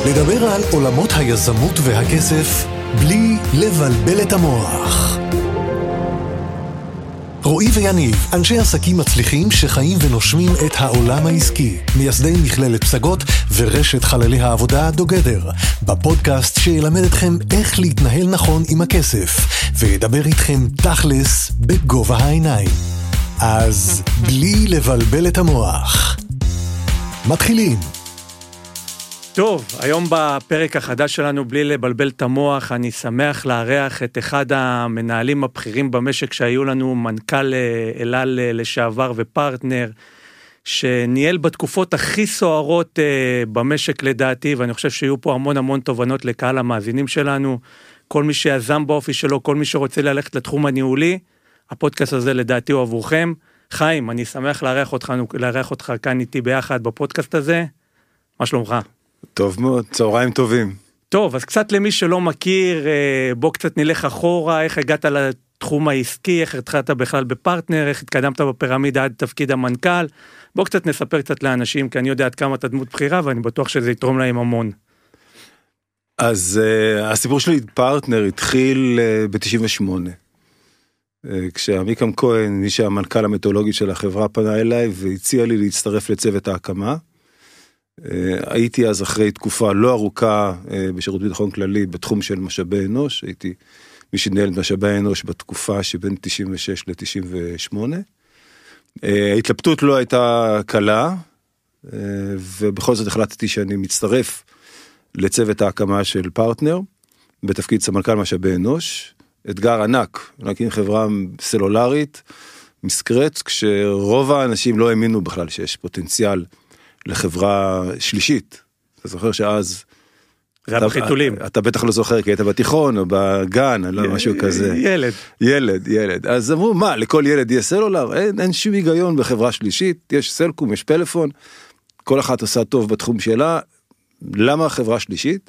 לדבר על עולמות היזמות והכסף בלי לבלבל את המוח. רועי ויניב, אנשי עסקים מצליחים שחיים ונושמים את העולם העסקי, מייסדי מכללת פסגות ורשת חללי העבודה דוגדר, בפודקאסט שילמד אתכם איך להתנהל נכון עם הכסף, וידבר איתכם תכלס בגובה העיניים. אז בלי לבלבל את המוח. מתחילים. טוב, היום בפרק החדש שלנו, בלי לבלבל את המוח, אני שמח לארח את אחד המנהלים הבכירים במשק שהיו לנו, מנכ"ל אל על לשעבר ופרטנר, שניהל בתקופות הכי סוערות במשק לדעתי, ואני חושב שיהיו פה המון תובנות לקהל המאזינים שלנו, כל מי שיזם באופי שלו, כל מי שרוצה ללכת לתחום הניהולי, הפודקאסט הזה לדעתי הוא עבורכם. חיים, אני שמח לארח אותך כאן איתי ביחד בפודקאסט הזה. מה שלומך? טוב מאוד, צהריים טובים. טוב, אז קצת למי שלא מכיר, בוא קצת נלך אחורה, איך הגעת לתחום העסקי, איך התחלת בכלל בפרטנר, איך התקדמת בפירמידה עד תפקיד המנכ"ל, בוא קצת נספר קצת לאנשים, כי אני יודע עד כמה אתה דמות בחירה, ואני בטוח שזה יתרום להם המון. אז הסיפור שלי פרטנר התחיל ב-98, כשעמיקם כהן, מי שהמנכ"ל המתודולוגי של החברה, פנה אליי והציע לי להצטרף לצוות ההקמה. הייתי אז אחרי תקופה לא ארוכה בשירות ביטחון כללי בתחום של משאבי אנוש, הייתי מי שניהל את משאבי האנוש בתקופה שבין 96 ל-98. ההתלבטות לא הייתה קלה, ובכל זאת החלטתי שאני מצטרף לצוות ההקמה של פרטנר, בתפקיד סמנכ"ל משאבי אנוש, אתגר ענק, להקים חברה סלולרית, מסקרץ, כשרוב האנשים לא האמינו בכלל שיש פוטנציאל לחברה שלישית. אתה זוכר שאז... זה היה בחיתולים. אתה בטח לא זוכר, כי היית בתיכון או בגן, לא משהו כזה. ילד. אז אמרו, מה, לכל ילד יהיה סלולר? אין שום היגיון בחברה שלישית, יש סלקום, יש פלאפון, כל אחת עושה טוב בתחום שלה, למה חברה שלישית?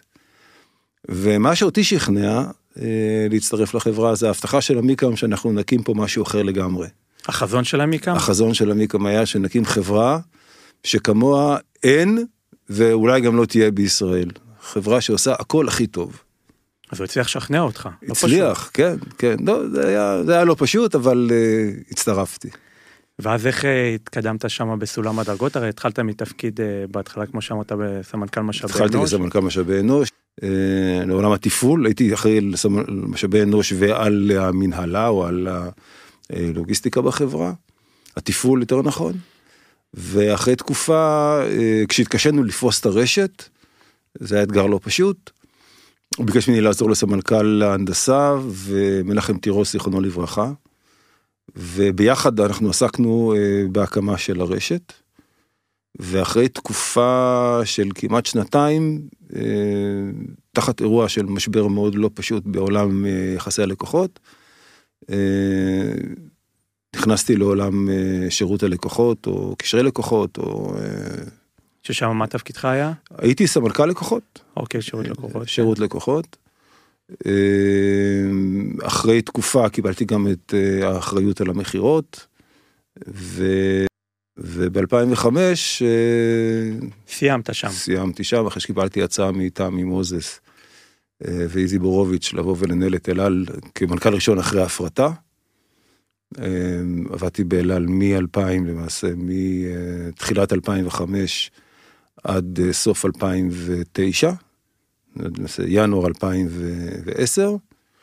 ומה שאותי שכנע להצטרף לחברה, זה ההבטחה של עמיקם שאנחנו נקים פה משהו אחר לגמרי. החזון של עמיקם? החזון של עמיקם היה שנקים חברה שכמוה אין, ואולי גם לא תהיה בישראל. חברה שעושה הכל הכי טוב. אז הוא הצליח לשכנע אותך. הצליח, כן. לא, זה היה לא פשוט, אבל הצטרפתי. ואז איך התקדמת שם בסולם הדרגות? הרי התחלת מתפקיד בהתחלה, כמו שאמרת, בסמנכ"ל משאבי אנוש. התחלתי לסמנכ"ל משאבי אנוש, לעולם התפעול, הייתי אחרי משאבי אנוש ועל המנהלה, או על הלוגיסטיקה בחברה. התפעול יותר נכון. ואחרי תקופה, כשהתקשנו לפרוס את הרשת, זה היה אתגר לא פשוט, הוא ביקש ממני לעזור לסמנכ"ל ההנדסה, ומנחם תירוס זיכרונו לברכה, וביחד אנחנו עסקנו בהקמה של הרשת, ואחרי תקופה של כמעט שנתיים, תחת אירוע של משבר מאוד לא פשוט בעולם יחסי הלקוחות, נכנסתי לעולם שירות הלקוחות, או קשרי לקוחות, או... ששם מה תפקידך היה? הייתי סמנכ"ל לקוחות. אוקיי, שירות לקוחות. שירות לקוחות. אחרי תקופה קיבלתי גם את האחריות על המחירות, וב-2005... סיימת שם. סיימתי שם, אחרי שקיבלתי הצעה מאיתם, ממוזס, ואיזי בורוביץ' לבוא ולנהל את אל על כמנכ"ל ראשון אחרי ההפרטה. עבדתי באל על מ-2000 למעשה, מתחילת 2005 עד סוף 2009, למעשה ינואר 2010,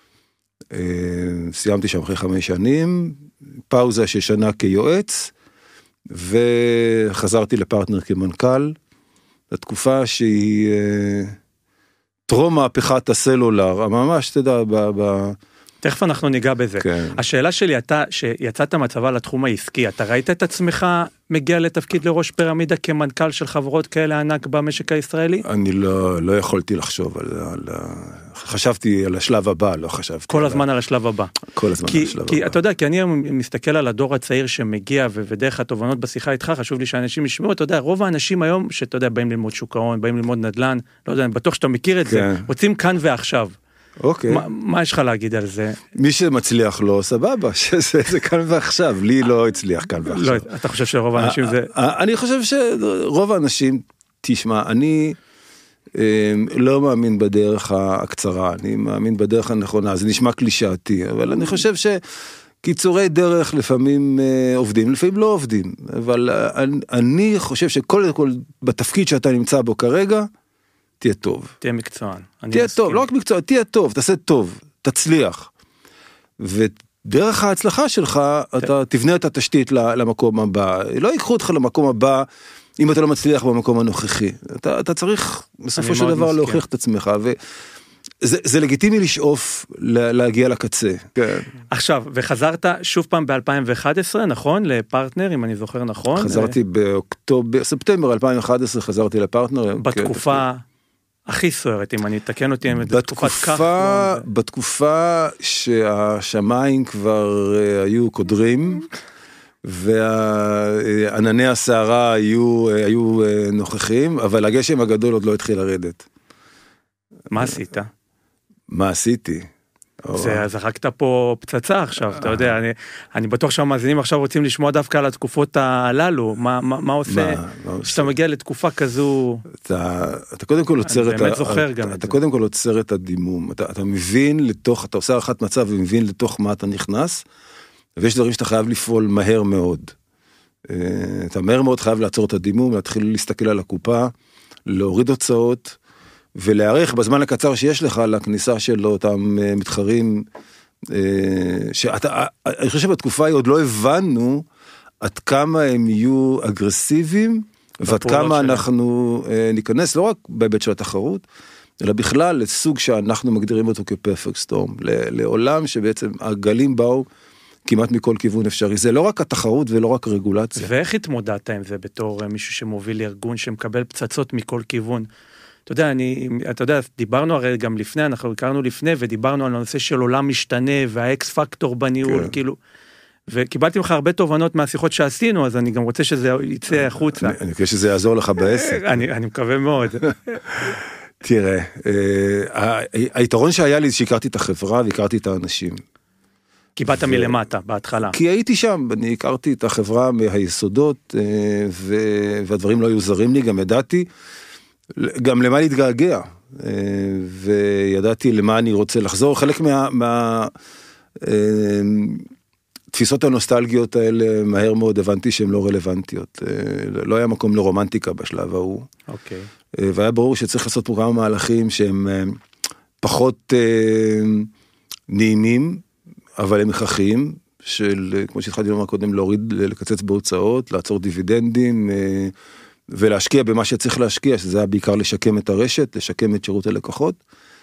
סיימתי שם אחרי 5 שנים, פאוזה של שנה כיועץ, וחזרתי לפרטנר כמנכ"ל, לתקופה שהיא טרום מהפכת הסלולר, ממש, אתה יודע, תכף אנחנו ניגע בזה. כן. השאלה שלי, אתה, שיצאת מצבה לתחום העסקי, אתה ראית את עצמך מגיע לתפקיד לראש פירמידה כמנכ"ל של חברות כאלה ענק במשק הישראלי? אני לא יכולתי לחשוב חשבתי על השלב הבא, לא חשבתי. כל הזמן על השלב הבא. כל הזמן על השלב הבא. כי אתה יודע, כי אני מסתכל על הדור הצעיר שמגיע, ודרך התובנות בשיחה איתך, חשוב לי שאנשים ישמעו, אתה יודע, רוב האנשים היום, שאתה יודע, באים ללמוד שוק ההון, באים ללמוד נדל"ן, לא יודע, בטוח שאתה מכיר את זה, רוצים כאן ועכשיו. אוקיי. מה יש לך להגיד על זה? מי שמצליח לו, סבבה, שזה כאן ועכשיו, לי לא הצליח כאן ועכשיו. לא, אתה חושב שרוב האנשים זה... אני חושב שרוב האנשים, תשמע, אני לא מאמין בדרך הקצרה, אני מאמין בדרך הנכונה, זה נשמע קלישאתי, אבל אני חושב שקיצורי דרך לפעמים עובדים, לפעמים לא עובדים, אבל אני חושב שקודם כל בתפקיד שאתה נמצא בו כרגע, תהיה טוב. תהיה מקצוען. תהיה טוב, לא רק מקצוען, תהיה טוב, תעשה טוב, תצליח. ודרך ההצלחה שלך, אתה תבנה את התשתית למקום הבא. לא ייקחו אותך למקום הבא, אם אתה לא מצליח במקום הנוכחי. אתה צריך בסופו של דבר להוכיח את עצמך, וזה לגיטימי לשאוף להגיע לקצה. עכשיו, וחזרת שוב פעם ב-2011, נכון? לפרטנר, אם אני זוכר נכון. חזרתי בספטמבר 2011, חזרתי לפרטנר. בתקופה הכי סוערת, אם אני אתקן אותי, בתקופה שהשמיים כבר היו קודרים, וענני הסערה היו נוכחים, אבל הגשם הגדול עוד לא התחיל לרדת. מה עשית? מה עשיתי? זרקת פה פצצה עכשיו, אתה יודע, אני בטוח שהמאזינים עכשיו רוצים לשמוע דווקא על התקופות הללו, מה עושה, שאתה מגיע לתקופה כזו, אתה קודם כל עוצר את הדימום, אתה מבין לתוך, אתה עושה הערכת מצב ומבין לתוך מה אתה נכנס, ויש דברים שאתה חייב לפעול מהר מאוד, אתה מהר מאוד חייב לעצור את הדימום, להתחיל להסתכל על הקופה, להוריד הוצאות, ולהערך בזמן הקצר שיש לך לכניסה של אותם מתחרים, אני חושב שבתקופה היא עוד לא הבנו עד כמה הם יהיו אגרסיביים, ועד כמה אנחנו ניכנס לא רק בהיבט של התחרות, אלא בכלל לסוג שאנחנו מגדירים אותו כפרפקט סטורם, לעולם שבעצם הגלים באו כמעט מכל כיוון אפשרי. זה לא רק התחרות ולא רק רגולציה. ואיך התמודדת עם זה בתור מישהו שמוביל ארגון שמקבל פצצות מכל כיוון? אתה יודע, דיברנו הרי גם לפני, אנחנו הכרנו לפני, ודיברנו על הנושא של עולם משתנה, והאקס פקטור בניהול, כאילו, וקיבלתי לך הרבה תובנות מהשיחות שעשינו, אז אני גם רוצה שזה יצא החוצה. אני חושב שזה יעזור לך בעסק. אני מקווה מאוד. תראה, היתרון שהיה לי זה שהכרתי את החברה והכרתי את האנשים. קיבלת מלמטה, בהתחלה. כי הייתי שם, אני הכרתי את החברה מהיסודות, והדברים לא היו זרים לי, גם ידעתי, גם למה להתגעגע, וידעתי למה אני רוצה לחזור. חלק תפיסות הנוסטלגיות האלה, מהר מאוד הבנתי שהן לא רלוונטיות. לא היה מקום לרומנטיקה בשלב ההוא. אוקיי. והיה ברור שצריך לעשות פה כמה מהלכים שהם פחות נעימים, אבל הם הכרחיים, כמו שהתחלתי לומר קודם, להוריד, לקצץ בהוצאות, לעצור דיבידנדים, ולהשקיע במה שצריך להשקיע, שזה היה בעיקר לשקם את הרשת, לשקם את שירות הלקוחות,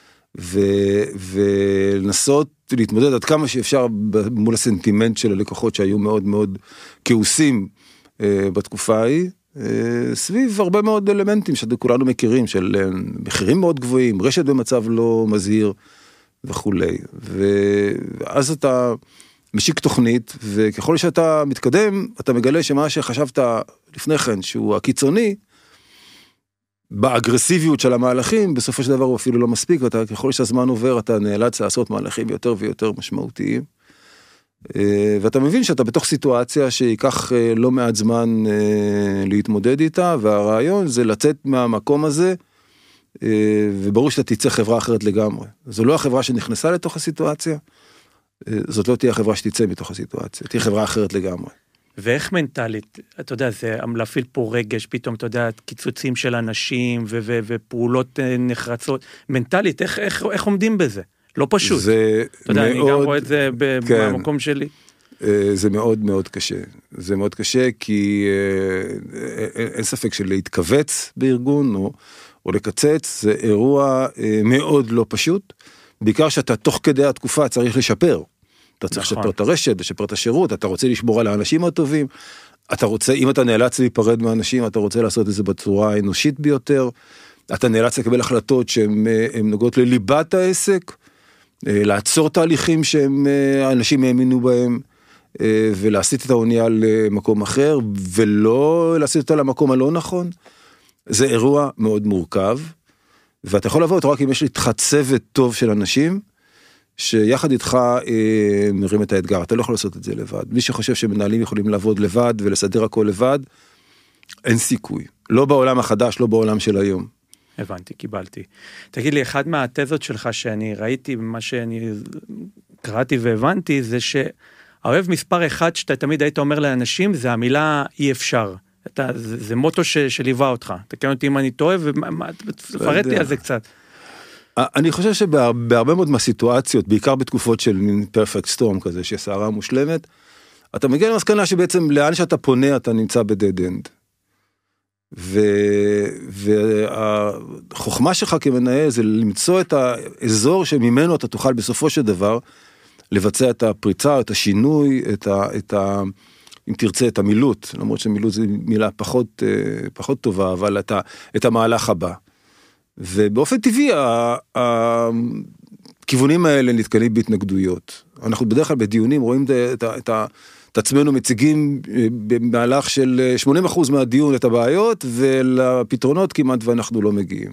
ולנסות להתמודד עד כמה שאפשר מול הסנטימנט של הלקוחות שהיו מאוד מאוד כעוסים בתקופה ההיא, סביב הרבה מאוד אלמנטים שכולנו מכירים, של מחירים מאוד גבוהים, רשת במצב לא מזהיר וכולי. ואז אתה משיק תוכנית, וככל שאתה מתקדם, אתה מגלה שמה שחשבת לפני כן, שהוא הקיצוני, באגרסיביות של המהלכים, בסופו של דבר הוא אפילו לא מספיק, וככל שהזמן עובר, אתה נאלץ לעשות מהלכים יותר ויותר משמעותיים, ואתה מבין שאתה בתוך סיטואציה שיקח לא מעט זמן להתמודד איתה, והרעיון זה לצאת מהמקום הזה, וברור שאתה תצא חברה אחרת לגמרי. זו לא החברה שנכנסה לתוך הסיטואציה, זאת לא תהיה החברה שתצא מתוך הסיטואציה, תהיה חברה אחרת לגמרי. ואיך מנטלית, אתה יודע, זה להפעיל פה רגש, פתאום, אתה יודע, קיצוצים של אנשים, ופעולות נחרצות, מנטלית, איך עומדים בזה? לא פשוט. אתה יודע, אני גם רואה את זה במקום שלי. זה מאוד מאוד קשה. זה מאוד קשה, כי אין ספק שלהתכווץ בארגון, או לקצץ, זה אירוע מאוד לא פשוט, בעיקר שאתה תוך כדי התקופה צריך לשפר. אתה צריך לשפר את הרשת, לשפר את השירות, אתה רוצה לשמור על האנשים הטובים, אתה רוצה, אם אתה נאלץ להיפרד מהאנשים, אתה רוצה לעשות את זה בצורה האנושית ביותר, אתה נאלץ לקבל החלטות שהן נוגעות לליבת העסק, לעצור תהליכים שהאנשים האמינו בהם, ולהסיט את האונייה למקום אחר, ולא להסיט אותה למקום הלא נכון. זה אירוע מאוד מורכב, ואתה יכול לבוא אותו רק אם יש לך צוות טוב של אנשים, שיחד איתך מרים את האתגר. אתה לא יכול לעשות את זה לבד. מי שחושב שמנהלים יכולים לעבוד לבד ולסדר הכל לבד, אין סיכוי. לא בעולם החדש, לא בעולם של היום. הבנתי, קיבלתי. תגיד לי, אחד מהתזות שלך שאני ראיתי, מה שאני קראתי והבנתי, זה שהאוהב מספר אחד שאתה תמיד היית אומר לאנשים, זה המילה אי אפשר. זה מוטו שליווה אותך. תקן אותי אם אני טועה, ופרט לי על זה קצת. אני חושב שבהרבה מאוד מהסיטואציות, בעיקר בתקופות של פרפקט סטורם כזה, שסערה מושלמת, אתה מגיע למסקנה שבעצם לאן שאתה פונה, אתה נמצא בדד אנד. והחוכמה שלך כמנהל זה למצוא את האזור שממנו אתה תוכל בסופו של דבר לבצע את הפריצה, את השינוי, אם תרצה את המילוט, למרות שמילוט זו מילה פחות טובה, אבל את המהלך הבא. ובאופן טבעי, הכיוונים האלה נתקלים בהתנגדויות. אנחנו בדרך כלל בדיונים רואים את עצמנו מציגים במהלך של 80% מהדיון את הבעיות, ולפתרונות כמעט ואנחנו לא מגיעים.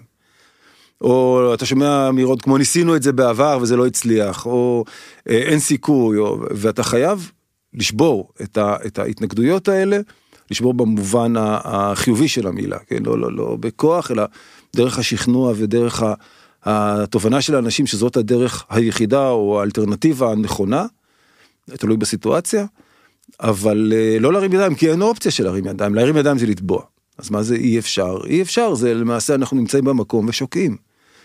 או אתה שומע אמירות כמו ניסינו את זה בעבר וזה לא הצליח, או אין סיכוי, ואתה חייב לשבור את ההתנגדויות האלה, לשבור במובן החיובי של המילה, כן? לא בכוח, אלא דרך השכנוע ודרך התובנה של האנשים שזאת הדרך היחידה או האלטרנטיבה הנכונה, תלוי בסיטואציה, אבל לא להרים ידיים, כי אין אופציה של להרים ידיים, להרים ידיים זה לטבוע. אז מה זה אי אפשר? אי אפשר, זה למעשה אנחנו נמצאים במקום ושוקעים.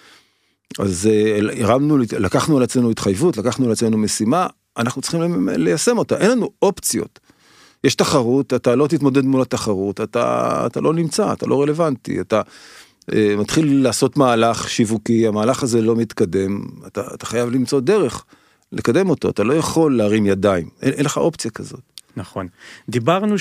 אז לקחנו על עצמנו התחייבות, לקחנו על עצמנו משימה, אנחנו צריכים ליישם אותה, אין לנו אופציות. יש תחרות, אתה לא תתמודד מול התחרות, אתה לא נמצא, אתה לא רלוונטי, אתה מתחיל לעשות מהלך שיווקי, המהלך הזה לא מתקדם, אתה חייב למצוא דרך לקדם אותו, אתה לא יכול להרים ידיים, אין לך אופציה כזאת. נכון. דיברנו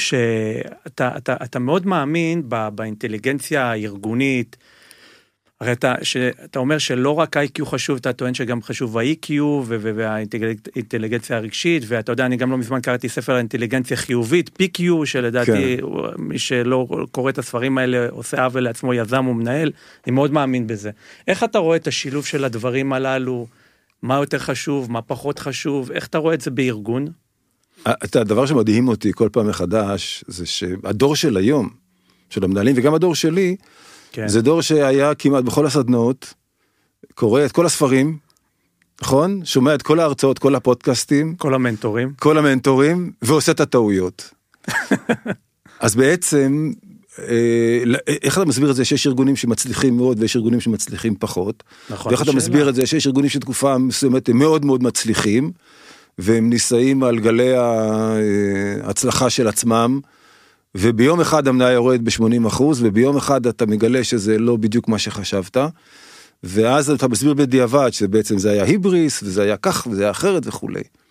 שאתה מאוד מאמין באינטליגנציה הארגונית, הרי אתה אומר שלא רק IQ חשוב, אתה טוען שגם חשוב ה-EQ והאינטליגנציה הרגשית, ואתה יודע, אני גם לא מזמן קראתי ספר האינטליגנציה חיובית, PQ, שלדעתי מי שלא קורא את הספרים האלה עושה עוול לעצמו יזם ומנהל, אני מאוד מאמין בזה. איך אתה רואה את השילוב של הדברים הללו, מה יותר חשוב, מה פחות חשוב, איך אתה רואה את זה בארגון? הדבר שמדהים אותי כל פעם מחדש, זה שהדור של היום, של המנהלים וגם הדור שלי, כן. זה דור שהיה כמעט בכל הסדנאות, קורא את כל הספרים, נכון? שומע את כל ההרצאות, כל הפודקאסטים. כל המנטורים, ועושה את הטעויות. אז בעצם, איך אתה מסביר את זה שיש ארגונים שמצליחים מאוד, ויש ארגונים שמצליחים פחות? נכון. ואיך אתה מסביר את זה שיש ארגונים שתקופה מסוימת הם מאוד מאוד מצליחים, והם ניסאים על גלי ההצלחה של עצמם, וביום אחד המניה יורד ב-80%, וביום אחד אתה מגלה שזה לא בדיוק מה שחשבת, ואז אתה מסביר בדיעבד שבעצם זה היה היבריס, וזה היה כך, וזה היה אחרת וכו'.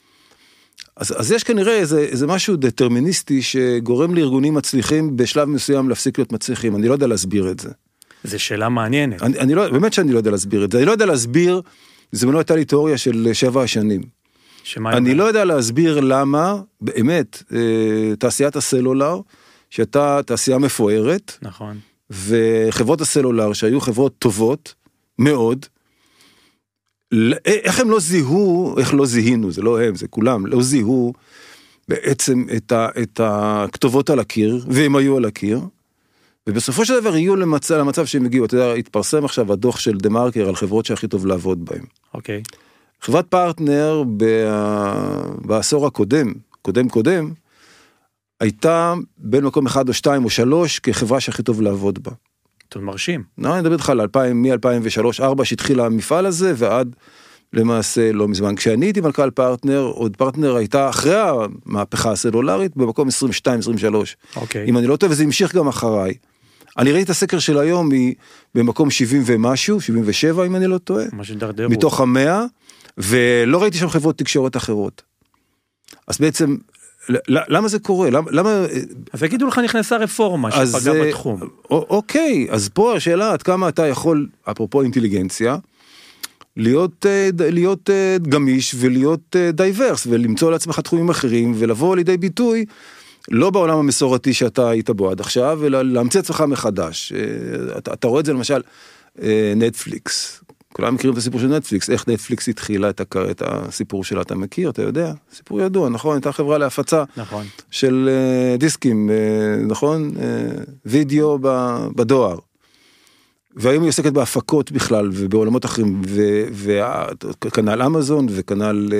אז יש כנראה איזה משהו דטרמיניסטי, שגורם לארגונים מצליחים בשלב מסוים להפסיק להיות מצליחים, אני לא יודע להסביר את זה. זו שאלה מעניינת. באמת שאני לא יודע להסביר את זה, אני לא יודע להסביר, זה לא הייתה לי תיאוריה של 7 שנים. אני לא יודע להסביר למה, באמת, תעשיית הסלולר, שהייתה תעשייה מפוארת, נכון. וחברות הסלולר שהיו חברות טובות מאוד, איך הם לא זיהו, איך לא זיהינו, זה לא הם, זה כולם, לא זיהו בעצם את הכתובות על הקיר, והם היו על הקיר, ובסופו של דבר הגיעו למצב שהם הגיעו, אתה יודע, התפרסם עכשיו הדוח של דה מרקר על חברות שהכי טוב לעבוד בהן. אוקיי. חברת פרטנר בעשור הקודם, קודם, הייתה בין מקום 1 או 2 או 3 כחברה שהכי טוב לעבוד בה. טוב, מרשים. אני מדבר איתך מ-2003-2004 שהתחיל המפעל הזה, ועד למעשה לא מזמן. כשאני הייתי מנכ"ל פרטנר, עוד פרטנר הייתה אחרי המהפכה הסלולרית, במקום 22-23. אוקיי. אם אני לא טועה, וזה המשיך גם אחריי. אני ראיתי את הסקר של היום במקום 70 ומשהו, 77 אם אני לא טועה. מתוך 100, ולא ראיתי שם חברות תקשורת אחרות. אז בעצם, למה זה קורה? אז יגידו לך נכנסה רפורמה שפגע בתחום. אוקיי, אז פה השאלה עד כמה אתה יכול, אפרופו אינטליגנציה, להיות גמיש ולהיות דייברס, ולמצוא לעצמך תחומים אחרים, ולבוא לידי ביטוי, לא בעולם המסורתי שאתה היית בו עד עכשיו, אלא להמציא עצמך מחדש. אתה רואה את זה למשל, נטפליקס. כולם מכירים את הסיפור של נטפליקס, איך נטפליקס התחילה את הסיפור שלה, אתה מכיר, אתה יודע? סיפור ידוע, נכון? הייתה חברה להפצה של דיסקים, נכון? וידאו בדואר. והיום היא עוסקת בהפקות בכלל, ובעולמות אחרים, וכנל אמזון, וכנל,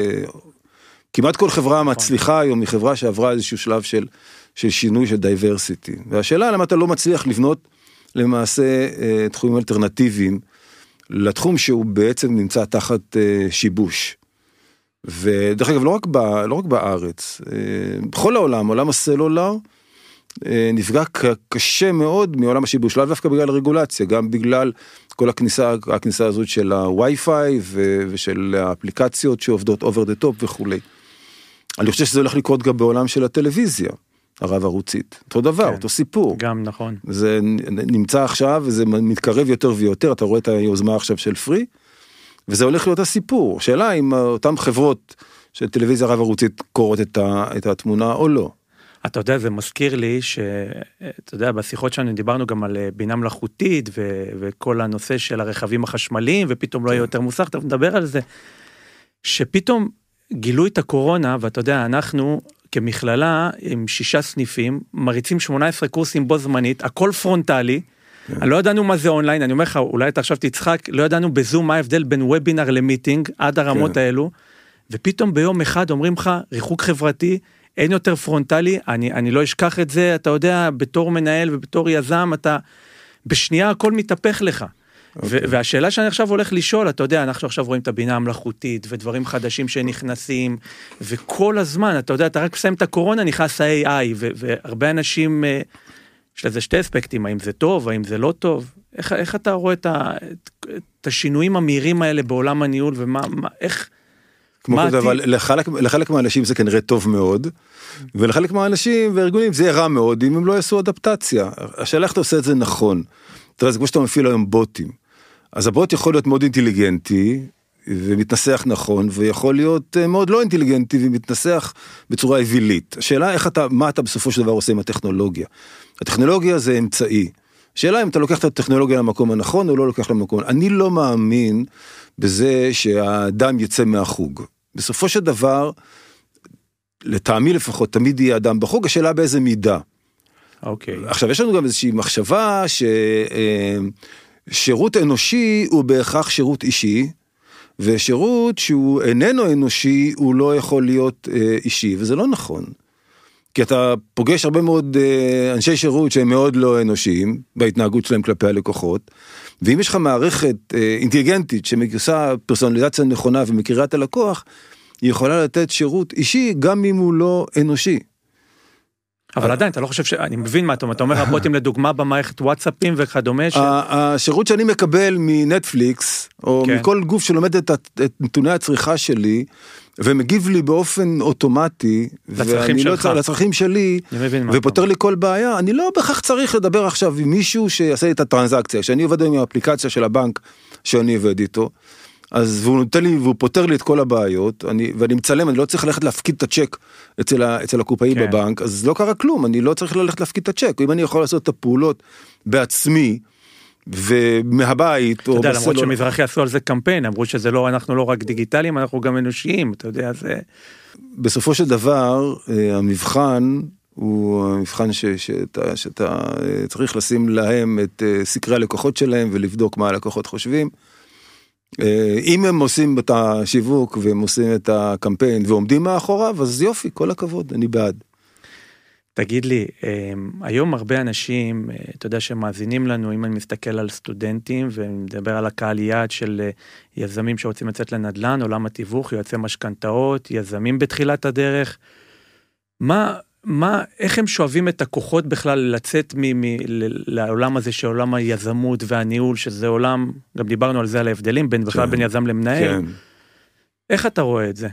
כמעט כל חברה מצליחה היום, היא חברה שעברה איזשהו שלב של שינוי של דייברסיטי. והשאלה למה אתה לא מצליח לבנות למעשה תחומים אלטרנטיביים, לתחום שהוא בעצם נמצא תחת שיבוש. ודרך אגב, לא רק בארץ, בכל העולם, עולם הסלולר, נפגע קשה מאוד מעולם השיבוש, לא דווקא בגלל הרגולציה, גם בגלל כל הכניסה הזאת של הווי-פיי ושל האפליקציות שעובדות over the top וכו'. אני חושב שזה הולך לקרות גם בעולם של הטלוויזיה, הרב ערוצית. אותו דבר, אותו סיפור. גם נכון. זה נמצא עכשיו וזה מתקרב יותר ויותר, אתה רואה את היוזמה עכשיו של פרי, וזה הולך להיות הסיפור. שאלה אם אותן חברות של טלוויזיה רב ערוצית קוראות את התמונה או לא. אתה יודע, זה מזכיר לי אתה יודע, בשיחות שלנו דיברנו גם על בינה מלאכותית וכל הנושא של הרכבים החשמליים, ופתאום לא יהיה יותר מוסך, אתה מדבר על זה, שפתאום גילו את הקורונה, ואתה יודע, אנחנו כמכללה עם 6 סניפים, מריצים 18 קורסים בו זמנית, הכל פרונטלי, לא ידענו מה זה אונליין, אני אומר לך, אולי אתה עכשיו תצחק, לא ידענו בזום מה ההבדל בין וובינר למיטינג, עד הרמות האלו, ופתאום ביום אחד אומרים לך, ריחוק חברתי, אין יותר פרונטלי, אני לא אשכח את זה, אתה יודע, בתור מנהל ובתור יזם, אתה, בשנייה הכל מתהפך לך. והשאלה שאני עכשיו הולך לשאול, אתה יודע, אנחנו עכשיו רואים את הבינה המלאכותית, ודברים חדשים שנכנסים, וכל הזמן, אתה יודע, אתה רק מסיים את הקורונה, נכנס ה-AI, והרבה אנשים, יש לזה 2 אספקטים, האם זה טוב, האם זה לא טוב, איך אתה רואה את השינויים המהירים האלה בעולם הניהול, איך... כמו כזה, אבל לחלק מהאנשים זה כנראה טוב מאוד, ולחלק מהאנשים וארגונים זה רע מאוד, אם הם לא יעשו אדפטציה. השאלה איך אתה עושה את זה נכון. תראה, זה כמו שאתה מפעיל היום בוטים. אז הבוט יכול להיות מאוד אינטליגנטי, ומתנסח נכון, ויכול להיות מאוד לא אינטליגנטי, ומתנסח בצורה אווילית. השאלה מה אתה בסופו של דבר עושה עם הטכנולוגיה. הטכנולוגיה זה אמצעי. השאלה אם אתה לוקח את הטכנולוגיה למקום הנכון, או לא לוקח למקום. אני לא מאמין בזה שהאדם יצא מהחוג. בסופו של דבר, לטעמי לפחות, תמיד יהיה אדם בחוג, השאלה באיזה מידה. אוקיי. עכשיו, יש לנו גם איזושהי מחשבה ששירות אנושי הוא בהכרח שירות אישי, ושירות שהוא איננו אנושי, הוא לא יכול להיות אישי, וזה לא נכון. כי אתה פוגש הרבה מאוד אנשי שירות שהם מאוד לא אנושיים, בהתנהגות שלהם כלפי הלקוחות, ואם יש לך מערכת אינטליגנטית שמגיוסה פרסונליזציה נכונה ומכירה את הלקוח, היא יכולה לתת שירות אישי גם אם הוא לא אנושי. אבל עדיין, אתה לא חושב אני מבין מה אתה אומר, אתה אומר רבותים לדוגמה במערכת וואטסאפים וכדומה. השירות שאני מקבל מנטפליקס, או מכל גוף שלומד את נתוני הצריכה שלי, ומגיב לי באופן אוטומטי, ואני לא צריך לצרכים שלי, ופותר לי כל בעיה, אני לא בכך צריך לדבר עכשיו עם מישהו שיעשה לי את הטרנזקציה, שאני עובד עם האפליקציה של הבנק שאני עובד איתו, אז והוא נותן לי, והוא פותר לי את כל הבעיות, ואני מצלם, אני לא צריך ללכת להפקיד את הצ'ק אצל הקופאי בבנק, אז לא קרה כלום, אני לא צריך ללכת להפקיד את הצ'ק, אם אני יכול לעשות את הפעולות בעצמי, ומהבית, אתה יודע, למרות שמזרחי עשו על זה קמפיין, אמרו שזה לא, אנחנו לא רק דיגיטליים, אנחנו גם אנושיים, אתה יודע, זה... בסופו של דבר, המבחן, הוא המבחן שאתה צריך לשים להם את סקרי הלקוחות שלהם, ולבדוק מה הלקוחות חושבים, אם הם עושים את השיווק, והם עושים את הקמפיין, ועומדים מאחוריו, אז יופי, כל הכבוד, אני בעד. תגיד לי, היום הרבה אנשים, אתה יודע שמאזינים לנו, אם אני מסתכל על סטודנטים, ומדבר על הקהל יעד של יזמים שרוצים לצאת לנדל"ן, עולם התיווך, יועצי משכנתאות, יזמים בתחילת הדרך, איך הם שואבים את הכוחות בכלל לצאת לעולם הזה, שעולם היזמות והניהול, שזה עולם, גם דיברנו על זה, על ההבדלים, בכלל בין יזם למנהל. איך אתה רואה את זה?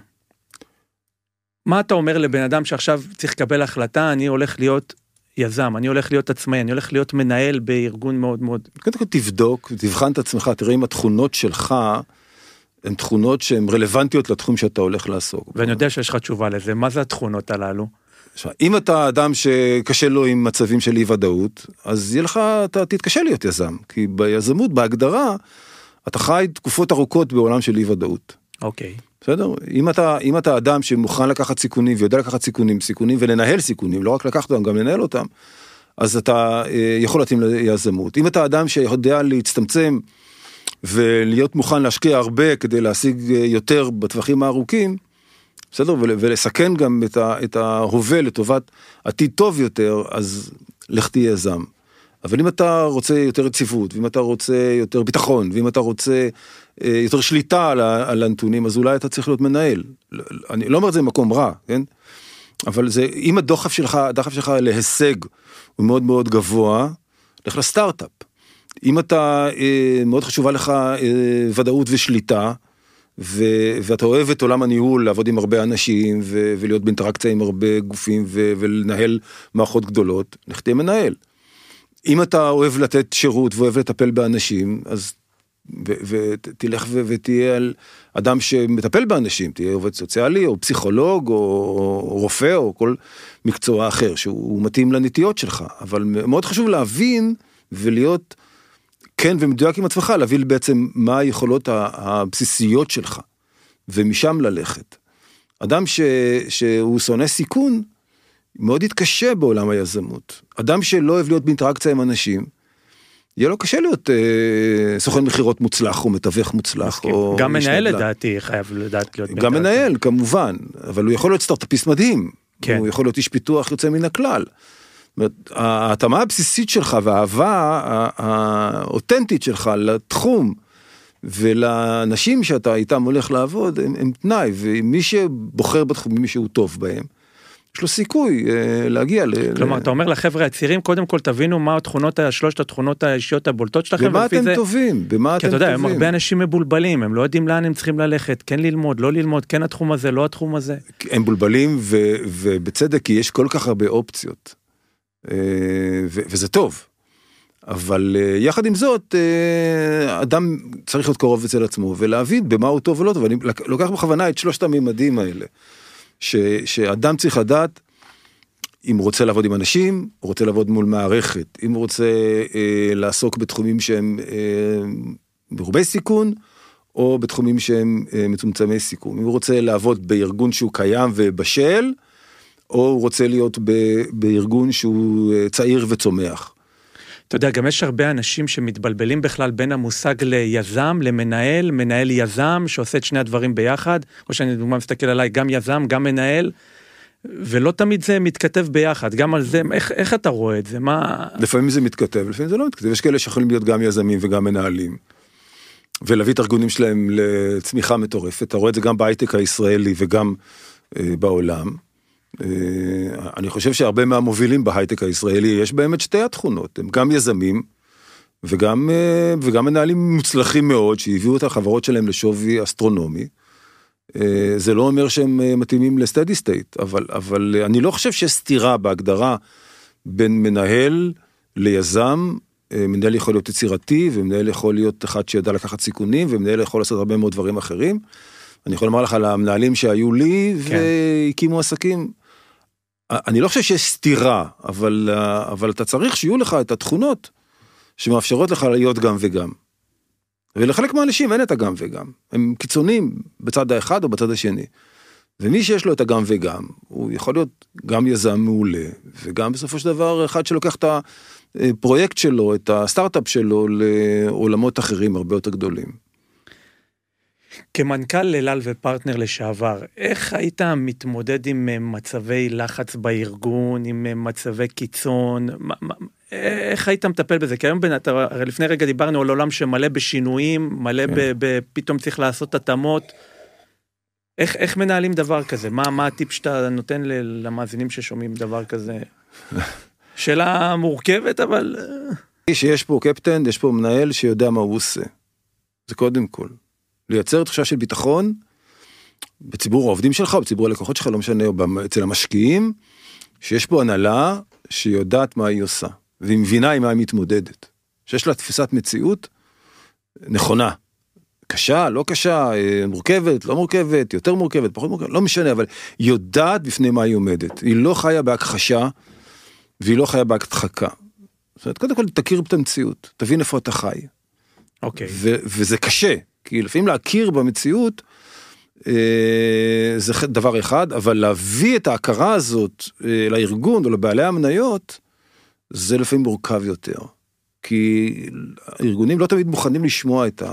מה אתה אומר לבן אדם שעכשיו צריך לקבל החלטה, אני הולך להיות יזם, אני הולך להיות עצמאי, אני הולך להיות מנהל בארגון מאוד מאוד. קודם כל תבדוק, תבחן את עצמך, תראה אם התכונות שלך, הן תכונות שהן רלוונטיות לתחום שאתה הולך לעסוק. ואני יודע שיש לך תשובה לזה, מה זה התכונות הללו? אם אתה אדם שקשה לו עם מצבים של אי ודאות, אז יהיה לך, אתה תתקשה להיות יזם, כי ביזמות, בהגדרה, אתה חי תקופות ארוכות בעולם של אי ודאות. אוקיי. בסדר? אם אתה אדם שמוכן לקחת סיכונים, ויודע לקחת סיכונים ולנהל סיכונים, לא רק לקחת אותם, גם לנהל אותם, אז אתה יכול להתאים ליזמות. אם אתה אדם שיודע להצטמצם, ולהיות מוכן להשקיע הרבה, כדי להשיג יותר בטווחים הארוכים, בסדר? ולסכן גם את ההווה לטובת עתיד טוב יותר, אז לך תהיה יזם. אבל אם אתה רוצה יותר יציבות, ואם אתה רוצה יותר ביטחון, ואם אתה רוצה יותר שליטה על הנתונים, אז אולי אתה צריך להיות מנהל. אני לא אומר את זה במקום רע, כן? אבל זה, אם הדחף שלך להישג הוא מאוד מאוד גבוה, לך לסטארט-אפ. אם אתה, מאוד חשובה לך ודאות ושליטה, ואתה אוהב את עולם הניהול, לעבוד עם הרבה אנשים, ולהיות באינטראקציה עם הרבה גופים, ולנהל מערכות גדולות, לך תהיה מנהל. אם אתה אוהב לתת שירות, ואוהב לטפל באנשים, אז ותלך ותהיה אדם שמטפל באנשים, תהיה עובד סוציאלי, או פסיכולוג, או רופא, או כל מקצוע אחר, שהוא מתאים לנטיות שלך. אבל מאוד חשוב להבין, ולהיות כן ומדויק עם עצמך, להבין בעצם מה היכולות הבסיסיות שלך, ומשם ללכת. אדם שהוא שונא סיכון, מאוד יתקשה בעולם היזמות. אדם שלא אוהב להיות באינטראקציה עם אנשים, יהיה לו קשה להיות סוכן מחירות מוצלח, או מתווך מוצלח. גם מנהל לדעתי חייב לדעת להיות. גם מנהל, כמובן, אבל הוא יכול להיות סטארט-אפיסט מדהים. הוא יכול להיות איש פיתוח יוצא מן הכלל. ההתאמה הבסיסית שלך והאהבה האותנטית שלך לתחום ולאנשים שאתה איתם הולך לעבוד הם תנאי, ומי שבוחר בתחומים מי שהוא טוב בהם יש לו סיכוי להגיע כלומר אתה אומר לחבר'ה הצעירים קודם כל תבינו מה התכונות, שלושת התכונות האישיות הבולטות שלכם, במה אתם טובים, כי אתה יודע, הם הרבה אנשים מבולבלים, הם לא יודעים לאן הם צריכים ללכת, כן ללמוד, לא ללמוד, כן התחום הזה, לא התחום הזה, הם מבולבלים ובצדק כי יש כל כך הרבה אופציות וזה טוב, אבל יחד עם זאת, אדם צריך להיות קרוב אצל עצמו, ולהבין במה הוא טוב ולא טוב, ואני לוקח בכוונה את שלושת הממדים האלה, שאדם צריך לדעת, אם הוא רוצה לעבוד עם אנשים, הוא רוצה לעבוד מול מערכת, אם הוא רוצה לעסוק בתחומים שהם מרובי סיכון, או בתחומים שהם מצומצמי סיכון, אם הוא רוצה לעבוד בארגון שהוא קיים ובשל, או הוא רוצה להיות בארגון שהוא צעיר וצומח. אתה יודע, גם יש הרבה אנשים שמתבלבלים בכלל בין המושג ליזם, למנהל, מנהל יזם, שעושה את שני הדברים ביחד, כמו שאני דוגמה מסתכל עליי, גם יזם, גם מנהל, ולא תמיד זה מתכתב ביחד, גם על זה, איך אתה רואה את זה? מה... לפעמים זה מתכתב, לפעמים זה לא מתכתב, יש כאלה שיכולים להיות גם יזמים וגם מנהלים, ולהביא את הארגונים שלהם לצמיחה מטורפת, אתה רואה את זה גם בהייטק הישראלי וגם בעולם, אני חושב שהרבה מהמובילים בהייטק הישראלי יש באמת שתי התכונות, הם גם יזמים וגם מנהלים מוצלחים מאוד שהביאו את החברות שלהם לשווי אסטרונומי. זה לא אומר שהם מתאימים לסטדי סטייט, אבל אני לא חושב שיש סתירה בהגדרה בין מנהל ליזם. מנהל יכול להיות יצירתי ומנהל יכול להיות אחד שידע לקחת סיכונים ומנהל יכול לעשות הרבה מאוד דברים אחרים. אני יכול לומר לך על המנהלים שהיו לי והקימו עסקים, אני לא חושב שיש סתירה, אבל אתה צריך שיהיו לך את התכונות שמאפשרות לך להיות גם וגם. ולחלק מהאנשים אין את הגם וגם. הם קיצונים בצד האחד או בצד השני. ומי שיש לו את הגם וגם, הוא יכול להיות גם יזם מעולה, וגם בסופו של דבר אחד שלוקח את הפרויקט שלו, את הסטארט-אפ שלו, לעולמות אחרים הרבה יותר גדולים. כמנכ"ל ללל ופרטנר לשעבר, איך היית מתמודד עם מצבי לחץ בארגון, עם מצבי קיצון, איך היית מטפל בזה? כי היום לפני רגע דיברנו על עולם שמלא בשינויים, מלא פתאום צריך לעשות התאמות, איך מנהלים דבר כזה? מה הטיפ שאתה נותן למאזינים ששומעים דבר כזה? שאלה מורכבת, אבל... שיש פה קפטן, יש פה מנהל שיודע מה הוא עושה. זה קודם כל. לייצר תחושה של ביטחון בציבור העובדים שלך, או בציבור הלקוחות שלך, לא משנה, או אצל המשקיעים, שיש פה הנהלה שיודעת מה היא עושה, והיא מבינה עם מה היא מתמודדת. שיש לה תפיסת מציאות נכונה. קשה, לא קשה, מורכבת, לא מורכבת, יותר מורכבת, פחות מורכבת, לא משנה, אבל היא יודעת בפני מה היא עומדת. היא לא חיה בהכחשה, והיא לא חיה בהדחקה. זאת אומרת, קודם כל תכיר את המציאות, תבין איפה אתה חי. אוקיי. וזה קשה. כי לפעמים להכיר במציאות, זה דבר אחד, אבל להביא את ההכרה הזאת לארגון או לבעלי המניות, זה לפעמים מורכב יותר. כי הארגונים לא תמיד מוכנים לשמוע את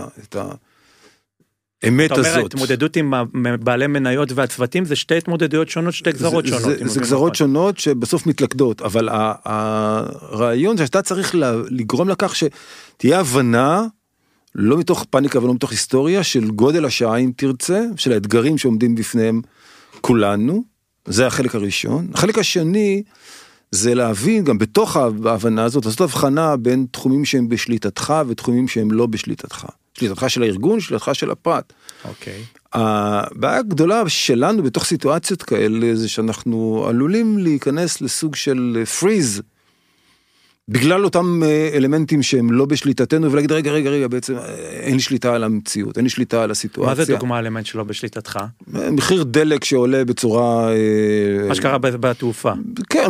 האמת הזאת. אתה אומר, ההתמודדות עם בעלי מניות והצוותים, זה שתי התמודדויות שונות, שתי גזרות שונות. זה גזרות שונות שבסוף מתלכדות, אבל הרעיון זה שאתה צריך לגרום לכך שתהיה הבנה, לא מתוך פאניקה ולא מתוך היסטוריה, של גודל השעה אם תרצה, של האתגרים שעומדים בפניהם כולנו, זה החלק הראשון. החלק השני, זה להבין גם בתוך ההבנה הזאת, לעשות הבחנה בין תחומים שהם בשליטתך ותחומים שהם לא בשליטתך. שליטתך של הארגון, שליטתך של הפרט. אוקיי. הבעיה הגדולה שלנו בתוך סיטואציות כאלה, זה שאנחנו עלולים להיכנס לסוג של פריז, בגלל אותם אלמנטים שהם לא בשליטתנו, ולהגיד רגע, בעצם אין לי שליטה על המציאות, אין לי שליטה על הסיטואציה. מה זה דוגמה אלמנט שלא בשליטתך? מחיר דלק שעולה בצורה... מה שקרה בתעופה. כן,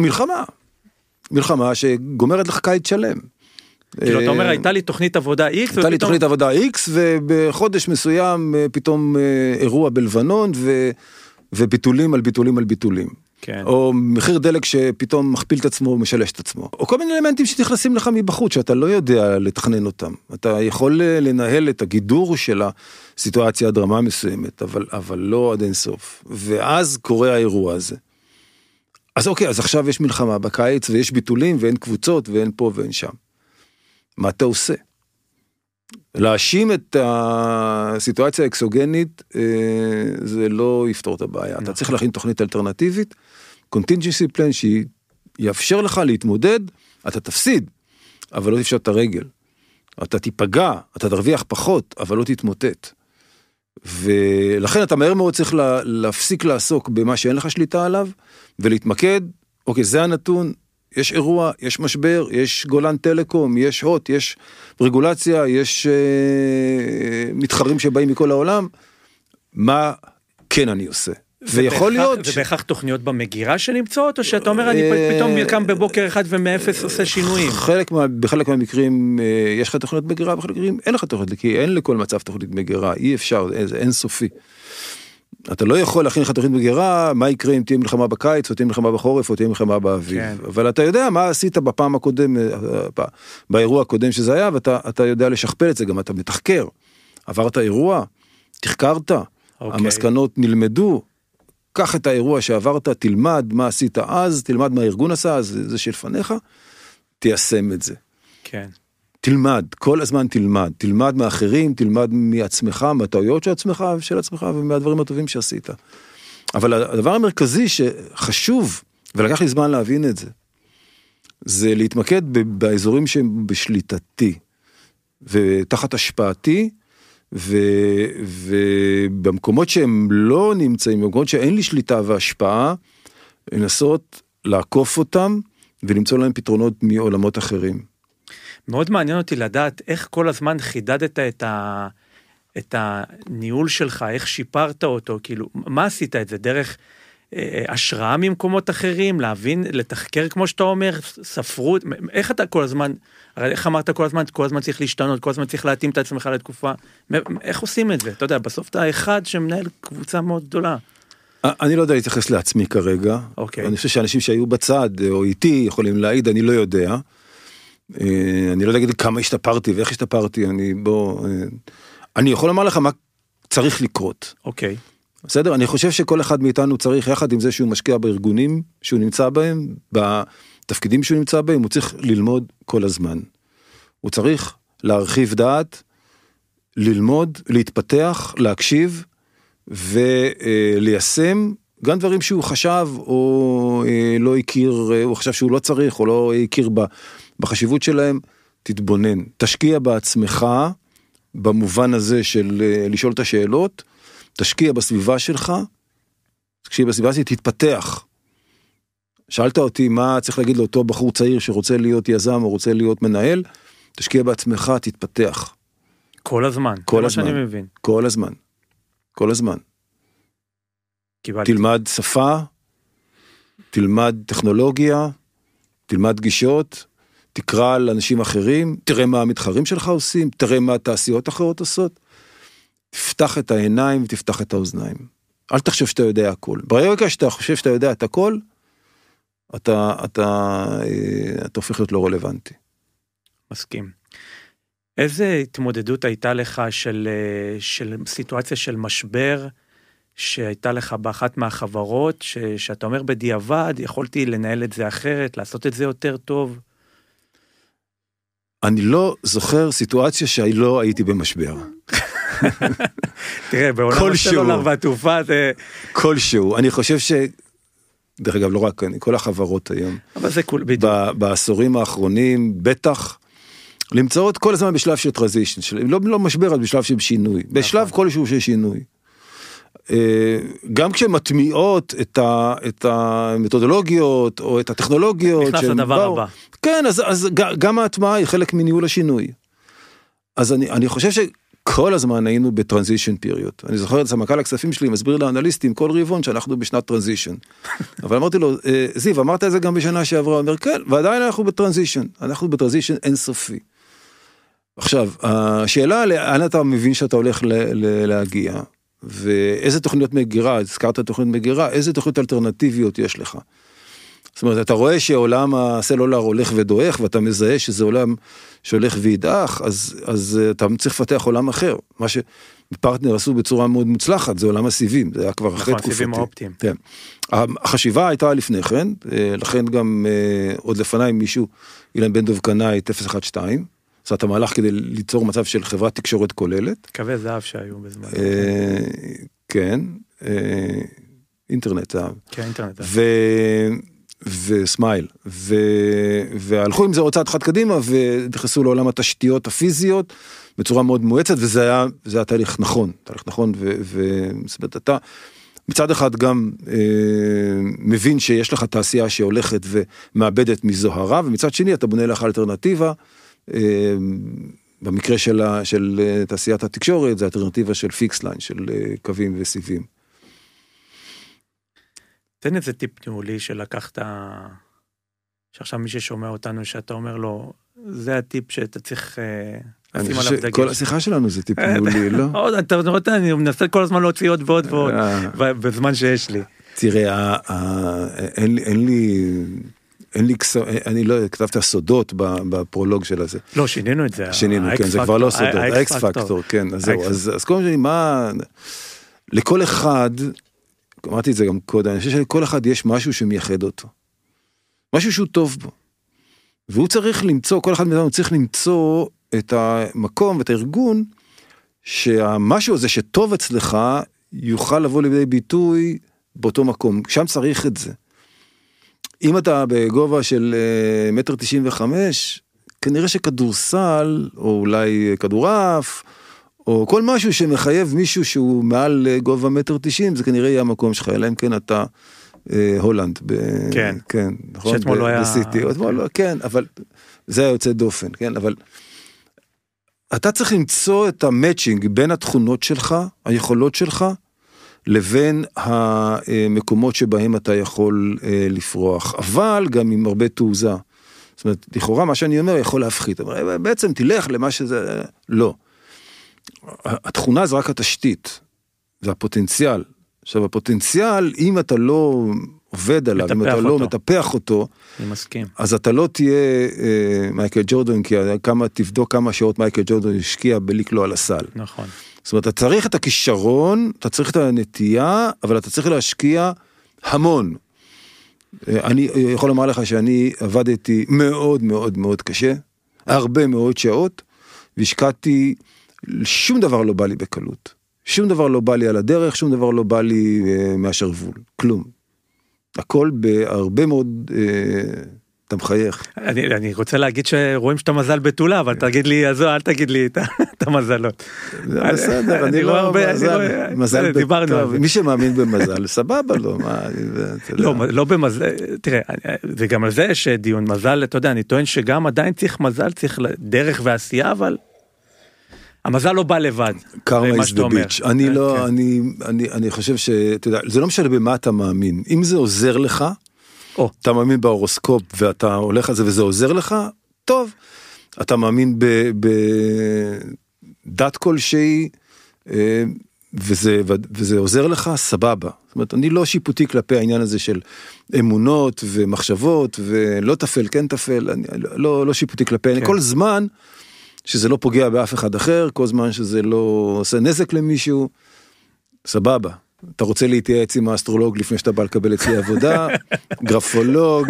מלחמה שגומרת לך קיץ שלם. כאילו אתה אומר, הייתה לי תוכנית עבודה X, הייתה לי תוכנית עבודה X, ובחודש מסוים פתאום אירוע בלבנון, וביטולים על ביטולים על ביטולים. כן. או מחיר דלק שפתאום מכפיל את עצמו ומשלש את עצמו. או כל מיני אלמנטים שנכנסים לך מבחוץ, שאתה לא יודע לתכנן אותם. אתה יכול לנהל את הגידור של הסיטואציה הדרמה מסוימת, אבל לא עד אין סוף. ואז קורה האירוע הזה. אז אוקיי, אז עכשיו יש מלחמה בקיץ, ויש ביטולים, ואין קבוצות, ואין פה ואין שם. מה אתה עושה? להאשים את הסיטואציה האקסוגנית, זה לא יפתור את הבעיה. אתה צריך להכין תוכנית אלטרנטיבית, contingency plan שיאפשר לך להתמודד, אתה תפסיד, אבל לא תפשוט את הרגל. אתה תיפגע, אתה תרוויח פחות, אבל לא תתמוטט. ולכן אתה מהר מאוד צריך להפסיק לעסוק במה שאין לך שליטה עליו, ולהתמקד, אוקיי, זה הנתון, יש אירוע, יש משבר, יש גולן טלקום, יש הוט, יש רגולציה, יש מתחרים שבאים מכל העולם, מה כן אני עושה? ויכול להיות... זה בהכרח תוכניות במגירה שנמצאות, או שאתה אומר, אני פתאום מלקם בבוקר אחד ומאפס עושה שינויים? בחלק מהמקרים יש לך תוכניות מגירה, בחלק מהמקרים אין לך תוכניות, כי אין לכל מצב תוכנית מגירה, אי אפשר, זה אין סופי. אתה לא יכול להכין לך תוכנית מגירה, מה יקרה אם תהיה מלחמה בקיץ, או תהיה מלחמה בחורף, או תהיה מלחמה באביב. כן. אבל אתה יודע מה עשית בפעם הקודם, באירוע הקודם שזה היה, ואתה יודע לשכפל את זה, גם אתה מתחקר. עברת אירוע, תחקרת, המסקנות נלמדו, קח את האירוע שעברת, תלמד מה עשית אז, תלמד מה הארגון עשה, זה שלפניך, תיישם את זה. כן. תלמד, כל הזמן תלמד מאחרים, תלמד מעצמך, מהטעויות של עצמך ומהדברים הטובים שעשית. אבל הדבר המרכזי שחשוב, ולקח לי זמן להבין את זה, זה להתמקד באזורים שהם בשליטתי, ותחת השפעתי, ובמקומות שהם לא נמצאים, במקומות שאין לי שליטה והשפעה, לנסות לעקוף אותם, ולמצוא להם פתרונות מעולמות אחרים. מאוד מעניין אותי לדעת איך כל הזמן חידדת את הניהול שלך, איך שיפרת אותו, כאילו, מה עשית את זה? דרך השראה ממקומות אחרים, להבין, לתחקר כמו שאתה אומר, ספרות, איך אתה כל הזמן, איך אמרת כל הזמן צריך להשתנות, כל הזמן צריך להתאים את עצמך לתקופה, איך עושים את זה? אתה יודע, בסוף אתה אחד שמנהל קבוצה מאוד גדולה. אני לא יודע להתייחס לעצמי כרגע, אני חושב שאנשים שהיו בצד או איתי יכולים להעיד, אני לא יודע, אני לא יודע להגיד כמה השתפרתי ואיך השתפרתי, אני יכול לומר לך מה צריך לקרות. אוקיי. בסדר? אני חושב שכל אחד מאיתנו צריך, יחד עם זה שהוא משקיע בארגונים שהוא נמצא בהם, בתפקידים שהוא נמצא בהם, הוא צריך ללמוד כל הזמן. הוא צריך להרחיב דעת, ללמוד, להתפתח, להקשיב, וליישם גם דברים שהוא חשב, או לא הכיר, הוא חשב שהוא לא צריך, או לא הכיר בחשיבות שלהם, תתבונן. תשקיע בעצמך, במובן הזה של לשאול את השאלות, תשקיע בסביבה שלך, תשקיע בסביבה שלך, תתפתח. שאלת אותי מה צריך להגיד לאותו בחור צעיר שרוצה להיות יזם או רוצה להיות מנהל, תשקיע בעצמך, תתפתח. כל הזמן. כל הזמן. שאני מבין. כל הזמן. כל הזמן. תלמד שפה, תלמד טכנולוגיה, תלמד גישות, תקרא לאנשים אחרים, תראה מה המתחרים שלך עושים, תראה מה התעשיות אחרות עושות, תפתח את העיניים ותפתח את האוזניים. אל תחשוב שאתה יודע הכל. ברגע שאתה חושב שאתה יודע את הכל, אתה הופך להיות לא רלוונטי. מסכים. איזה התמודדות הייתה לך של סיטואציה של משבר, שהייתה לך באחת מהחברות, שאתה אומר בדיעבד, יכולתי לנהל את זה אחרת, לעשות את זה יותר טוב? אני לא זוכר סיטואציה שלא הייתי במשבר. תראה, בעולם הסלולר והתעופה זה... כלשהו. אני חושב דרך אגב, לא רק אני, כל החברות היום. אבל זה כול, בדיוק. בעשורים האחרונים, בטח, נמצאות כל הזמן בשלב של טרנזישן, לא משבר, אז בשלב של שינוי. בשלב כלשהו של שינוי. גם כשמטמיעות את המתודולוגיות, או את הטכנולוגיות. נכנס לדבר הבא. כן, אז גם ההטמעה היא חלק מניהול השינוי. אז אני חושב שכל הזמן היינו בטרנזישן פיריוד. אני זוכר את סמנכ"ל הכספים שלי, מסביר לאנליסטים כל רבעון שאנחנו בשנת טרנזישן. אבל אמרתי לו, זיו, אמרת את זה גם בשנה שעברה, הוא אומר, כן, ועדיין אנחנו בטרנזישן. אנחנו בטרנזישן אינסופי. עכשיו, השאלה, לאן אתה מבין שאתה הולך להגיע? ואיזה תוכניות מגירה, הזכרת תוכניות מגירה, איזה תוכניות אלטרנטיביות יש לך? זאת אומרת, אתה רואה שעולם הסלולר הולך ודועך, ואתה מזהה שזה עולם שהולך וידעך, אז אתה צריך לפתח עולם אחר. מה שפרטנר עשו בצורה מאוד מוצלחת, זה עולם הסיבים, זה היה כבר אחרי תקופתי. נכון, סיבים האופטיים. כן. החשיבה הייתה לפני כן, לכן גם עוד לפני מישהו, אילן בן דב קנה את 012, זאת אומרת, המהלך כדי ליצור מצב של חברת תקשורת כוללת. קווי זהב שהיו בזמן. כן, אינטרנט זהב. כן, אינטרנט זהב. וסמייל, והלכו עם זה עוד צעד אחד קדימה, ונכנסו לעולם התשתיות הפיזיות, בצורה מאוד מואצת, וזה היה תהליך נכון, אתה מצד אחד גם מבין שיש לך תעשייה שהולכת ומאבדת מזוהרה, ומצד שני אתה בונה לך אלטרנטיבה, במקרה של תעשיית התקשורת, זה אלטרנטיבה של פיקס ליין, של קווים וסיבים. תן איזה טיפ ניהולי שלקחת, שעכשיו מי ששומע אותנו, שאתה אומר לו, זה הטיפ שאתה צריך לשים עליו דגש. כל השיחה שלנו זה טיפ ניהולי, לא? עוד, אתה רואה, אני מנסה כל הזמן להוציא עוד ועוד ועוד, בזמן שיש לי. תראה, אני לא כתבתי הסודות בפרולוג של הזה. לא, שינינו את זה. שינינו, כן, זה כבר לא סודות. האקס פקטור, כן, אז זהו. אז כל מיני, לכל אחד, אמרתי את זה גם קודם, אני חושב שלכל אחד יש משהו שמייחד אותו. משהו שהוא טוב בו. והוא צריך למצוא, כל אחד מאיתנו צריך למצוא את המקום ואת הארגון, שהמשהו הזה שטוב אצלך, יוכל לבוא לידי ביטוי באותו מקום. שם צריך את זה. אם אתה בגובה של 1.95 מטר, כנראה שכדורסל, או אולי כדורעף, או כל משהו שמחייב מישהו שהוא מעל גובה 1.90 מטר, זה כנראה יהיה המקום שלך, אלא אם כן אתה הולנד. כן. כן, נכון? שאתמול לא היה... בסיטי. כן, אבל זה היה יוצא דופן, כן, אבל אתה צריך למצוא את המאצ'ינג בין התכונות שלך, היכולות שלך, לבין המקומות שבהם אתה יכול לפרוח, אבל גם עם הרבה תעוזה. זאת אומרת, לכאורה מה שאני אומר יכול להפחית, אבל בעצם תלך למה שזה, לא. התכונה זה רק התשתית, זה הפוטנציאל. עכשיו, הפוטנציאל, אם אתה לא עובד עליו, אם אתה לא מטפח אותו, אני מסכים. אז אתה לא תהיה מייקל ג'ורדן, כי תבדוק כמה שעות מייקל ג'ורדן השקיע בלקלוע על הסל. נכון. זאת אומרת, אתה צריך את הכישרון, אתה צריך את הנטייה, אבל אתה צריך להשקיע המון. אני יכול לומר לך שאני עבדתי מאוד מאוד מאוד קשה, הרבה מאוד שעות, והשקעתי, שום דבר לא בא לי בקלות. שום דבר לא בא לי על הדרך, שום דבר לא בא לי מהשרוול, כלום. הכל בהרבה מאוד... אתה מחייך. אני רוצה להגיד שרואים שאתה מזל בתולה, אבל תגיד לי, אל תגיד לי את המזלות. בסדר, אני לא מזל בתולה. מי שמאמין במזל, סבבה לו. לא במזל, תראה, וגם על זה יש דיון מזל, אתה יודע, אני טוען שגם עדיין צריך מזל, צריך דרך ועשייה, אבל המזל לא בא לבד. קרמה is the bitch. אני חושב שאתה יודע, זה לא משנה במה אתה מאמין. אם זה עוזר לך, אתה מאמין בהורוסקופ ואתה הולך על זה וזה עוזר לך, טוב. אתה מאמין בדת כלשהי וזה עוזר לך, סבבה. זאת אומרת, אני לא שיפוטי כלפי העניין הזה של אמונות ומחשבות, ולא תפל, כן תפל, אני לא שיפוטי כלפי, כן. כל זמן שזה לא פוגע באף אחד אחר, כל זמן שזה לא עושה נזק למישהו, סבבה. אתה רוצה להתייעץ עם האסטרולוג לפני שאתה בא לקבל אצלי עבודה, גרפולוג,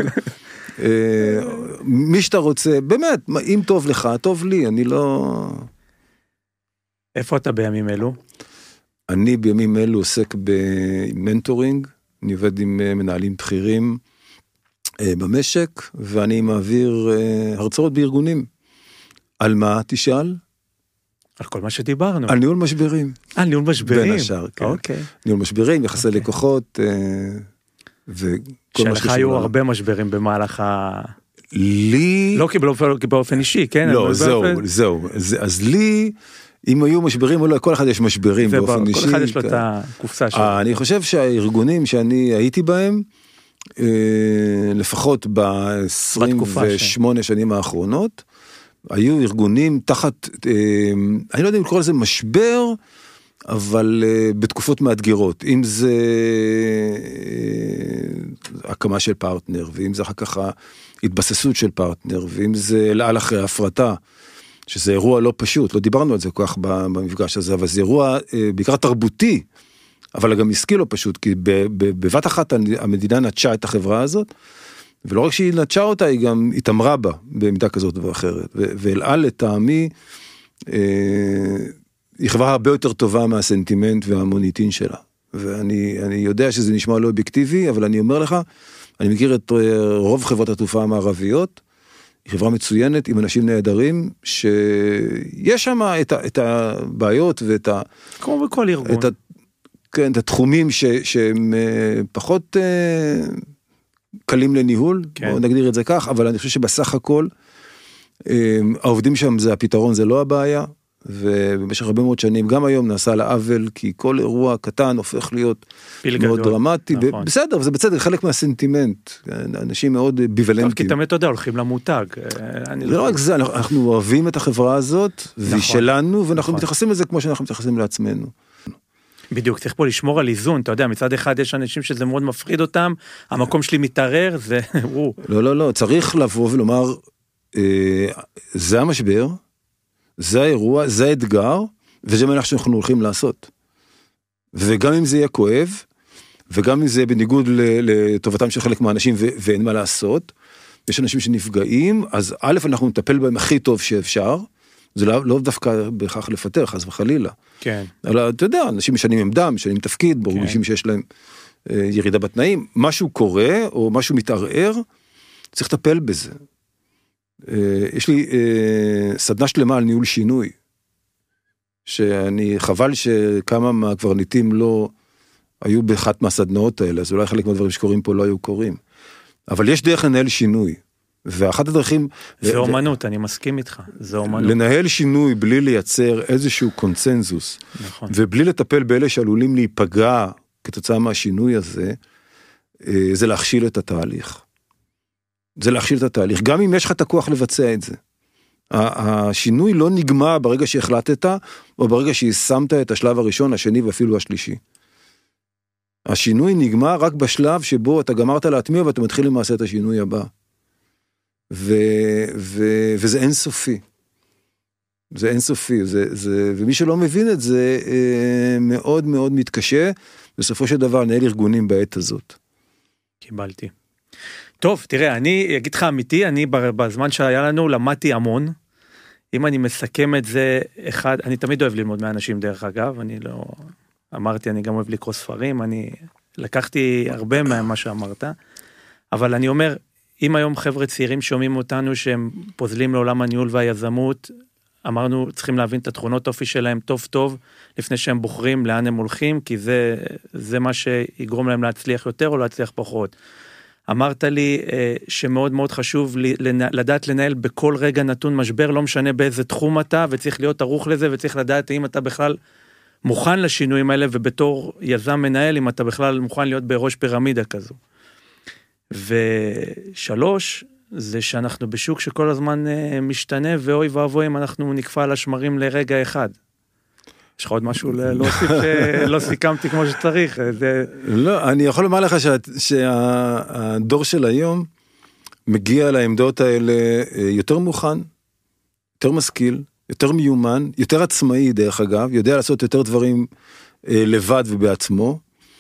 מי שאתה רוצה, באמת, אם טוב לך, טוב לי, אני לא... איפה אתה בימים אלו? אני בימים אלו עוסק במנטורינג, אני עובד עם מנהלים בכירים במשק, ואני מעביר הרצאות בארגונים. על מה תשאל? על כל מה שדיברנו. על ניהול משברים. על ניהול משברים. בין השאר, כן. אוקיי. ניהול משברים, יחסי לקוחות, וכל מה שלך היו הרבה משברים במהלך ה... לי... לא באופן אישי, כן? לא, זהו. אז לי, אם היו משברים או לא, כל אחד יש משברים באופן אישי. כל אחד יש לו את הקופסה שלו. אני חושב שהארגונים שאני הייתי בהם, לפחות ב-28 שנים האחרונות, היו ארגונים תחת, אני לא יודע אם לקרוא לזה משבר, אבל בתקופות מאתגרות, אם זה הקמה של פרטנר, ואם זה אחר כך ההתבססות של פרטנר, ואם זה לעל אחרי ההפרטה, שזה אירוע לא פשוט, לא דיברנו על זה כל כך במפגש הזה, אבל זה אירוע בעיקר תרבותי, אבל גם עסקי לא פשוט, כי בבת אחת המדינה נטשה את החברה הזאת, ולא רק שהיא נטשה אותה, היא גם התאמרה בה, במידה כזאת ואחרת, ואלעל לטעמי, היא חברה הרבה יותר טובה מהסנטימנט והמוניטין שלה, ואני יודע שזה נשמע לא אובייקטיבי, אבל אני אומר לך, אני מכיר את רוב חברות התעופה המערביות, היא חברה מצוינת עם אנשים נהדרים, שיש שם את הבעיות ואת ה... כמו בכל ארגון. כן, את התחומים שהם פחות קלים לניהול, בואו נגדיר את זה כך, אבל אני חושב שבסך הכל, העובדים שם זה הפתרון, זה לא הבעיה, ובמשך הרבה מאוד שנים, גם היום נעשה לעוול, כי כל אירוע קטן הופך להיות מאוד דרמטי, בסדר, זה בצדק, חלק מהסנטימנט, אנשים מאוד ביבלנטיים. כי תמיד אתה יודע, הולכים למותג. לא רק זה, אנחנו אוהבים את החברה הזאת, והיא שלנו, ואנחנו מתייחסים לזה כמו שאנחנו מתייחסים לעצמנו. בדיוק, צריך פה לשמור על איזון, אתה יודע, מצד אחד יש אנשים שזה מאוד מפחיד אותם, המקום שלי מתערער, זה... לא, צריך לבוא ולומר, זה המשבר, זה האירוע, זה האתגר, וזה מה שאנחנו הולכים לעשות. וגם אם זה יהיה כואב, וגם אם זה בניגוד לטובתם של חלק מהאנשים, ואין מה לעשות, יש אנשים שנפגעים, אז א', אנחנו נטפל בהם הכי טוב שאפשר, זה לא דווקא בכך לפטר, חס וחלילה. כן. אלא, אתה יודע, אנשים משנים עמדה, משנים תפקיד, מרגישים שיש להם ירידה בתנאים, משהו קורה, או משהו מתערער, צריך לטפל בזה. יש לי סדנה שלמה על ניהול שינוי, שאני חבל שכמה מהקברניטים לא היו באחת מהסדנאות האלה, אז אולי חלק מהדברים שקורים פה לא היו קורים. אבל יש דרך לנהל שינוי, ואחת הדרכים... זה אומנות, אני מסכים איתך, זה אומנות. לנהל שינוי בלי לייצר איזשהו קונצנזוס, נכון. ובלי לטפל באלה שעלולים להיפגע כתוצאה מהשינוי הזה, זה להכשיל את התהליך. זה להכשיל את התהליך, גם אם יש לך את הכוח לבצע את זה. השינוי לא נגמר ברגע שהחלטת, או ברגע ששמת את השלב הראשון, השני ואפילו השלישי. השינוי נגמר רק בשלב שבו אתה גמרת להטמיע, ואתה מתחיל למעשה את השינוי הבא. וזה אינסופי. זה אינסופי, ומי שלא מבין את זה, מאוד מאוד מתקשה, בסופו של דבר נהל ארגונים בעת הזאת. קיבלתי. טוב, תראה, אני אגיד לך אמיתי, אני בזמן שהיה לנו למדתי המון, אם אני מסכם את זה, אני תמיד אוהב ללמוד מהאנשים דרך אגב, אני לא, אמרתי, אני גם אוהב לקרוא ספרים, אני לקחתי הרבה ממה שאמרת, אבל אני אומר, אם היום חבר'ה צעירים שומעים אותנו שהם פוזלים לעולם הניהול והיזמות, אמרנו, צריכים להבין את התכונות אופי שלהם טוב טוב, לפני שהם בוחרים לאן הם הולכים, כי זה מה שיגרום להם להצליח יותר או להצליח פחות. אמרת לי שמאוד מאוד חשוב לדעת לנהל בכל רגע נתון משבר, לא משנה באיזה תחום אתה, וצריך להיות ערוך לזה, וצריך לדעת אם אתה בכלל מוכן לשינויים האלה, ובתור יזם מנהל, אם אתה בכלל מוכן להיות בראש פירמידה כזו. ושלוש, זה שאנחנו בשוק שכל הזמן משתנה, ואוי ואבוי אם אנחנו נקפא על השמרים לרגע אחד. יש לך עוד משהו להוסיף שלא סיכמתי כמו שצריך? לא, אני יכול לומר לך שהדור של היום מגיע לעמדות האלה יותר מוכן, יותר משכיל, יותר מיומן, יותר עצמאי דרך אגב, יודע לעשות יותר דברים לבד ובעצמו,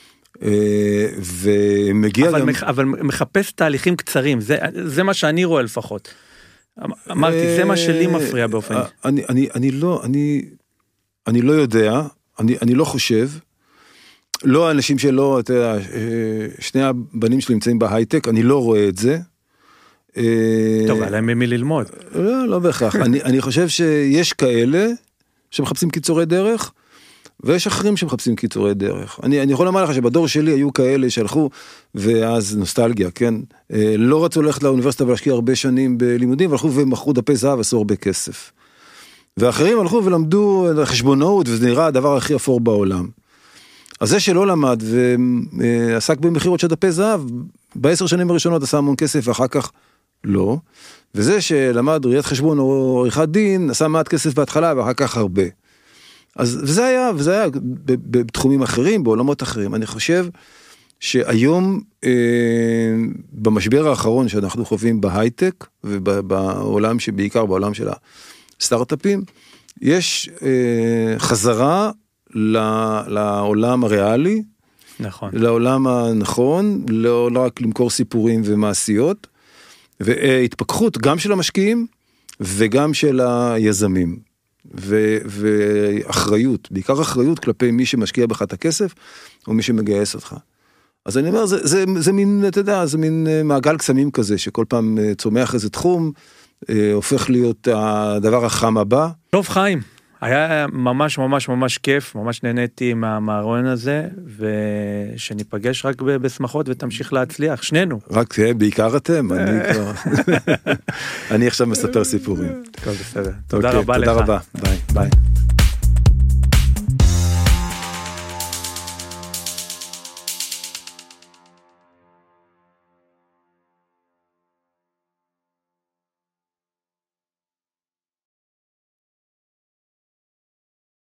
ומגיע אבל מחפש תהליכים קצרים, זה מה שאני רואה לפחות. אמרתי, זה מה שלי מפריע באופן. אני לא יודע, אני לא חושב, לא האנשים שלא, אתה יודע, שני הבנים שלי נמצאים בהייטק, אני לא רואה את זה. טוב, עליהם ממי ללמוד. לא בהכרח, אני חושב שיש כאלה שמחפשים קיצורי דרך, ויש אחרים שמחפשים קיצורי דרך. אני יכול לומר לך שבדור שלי היו כאלה שהלכו, ואז נוסטלגיה, כן? לא רצו ללכת לאוניברסיטה ולהשקיע הרבה שנים בלימודים, והלכו ומכרו דפי זהב ועשו הרבה כסף. ואחרים הלכו ולמדו חשבונאות, וזה נראה הדבר הכי אפור בעולם. אז זה שלא למד ועסק במחירות של דפי זהב, ב10 שנים הראשונות עשה המון כסף, ואחר כך לא. וזה שלמד ראיית חשבון או עריכת דין, עשה מעט כסף בהתחלה, ואחר כך הרבה. אז וזה היה בתחומים אחרים, בעולמות אחרים. אני חושב שהיום, במשבר האחרון שאנחנו חווים בהייטק, ובעולם שבעיקר בעולם של הסטארט-אפים, יש חזרה לעולם הריאלי, נכון. לעולם הנכון, לא רק למכור סיפורים ומעשיות, והתפכחות גם של המשקיעים, וגם של היזמים. ואחריות, בעיקר אחריות כלפי מי שמשקיע בך את הכסף, או מי שמגייס אותך. אז אני אומר, זה מין, אתה יודע, זה מין מעגל קסמים כזה, שכל פעם צומח איזה תחום, הופך להיות הדבר החם הבא. טוב חיים, היה ממש ממש ממש כיף, ממש נהניתי מהרעיון הזה, ושניפגש רק בשמחות ותמשיך להצליח, שנינו. רק בעיקר אתם, אני עכשיו מספר סיפורים. טוב, בסדר. תודה רבה לך. תודה רבה, ביי.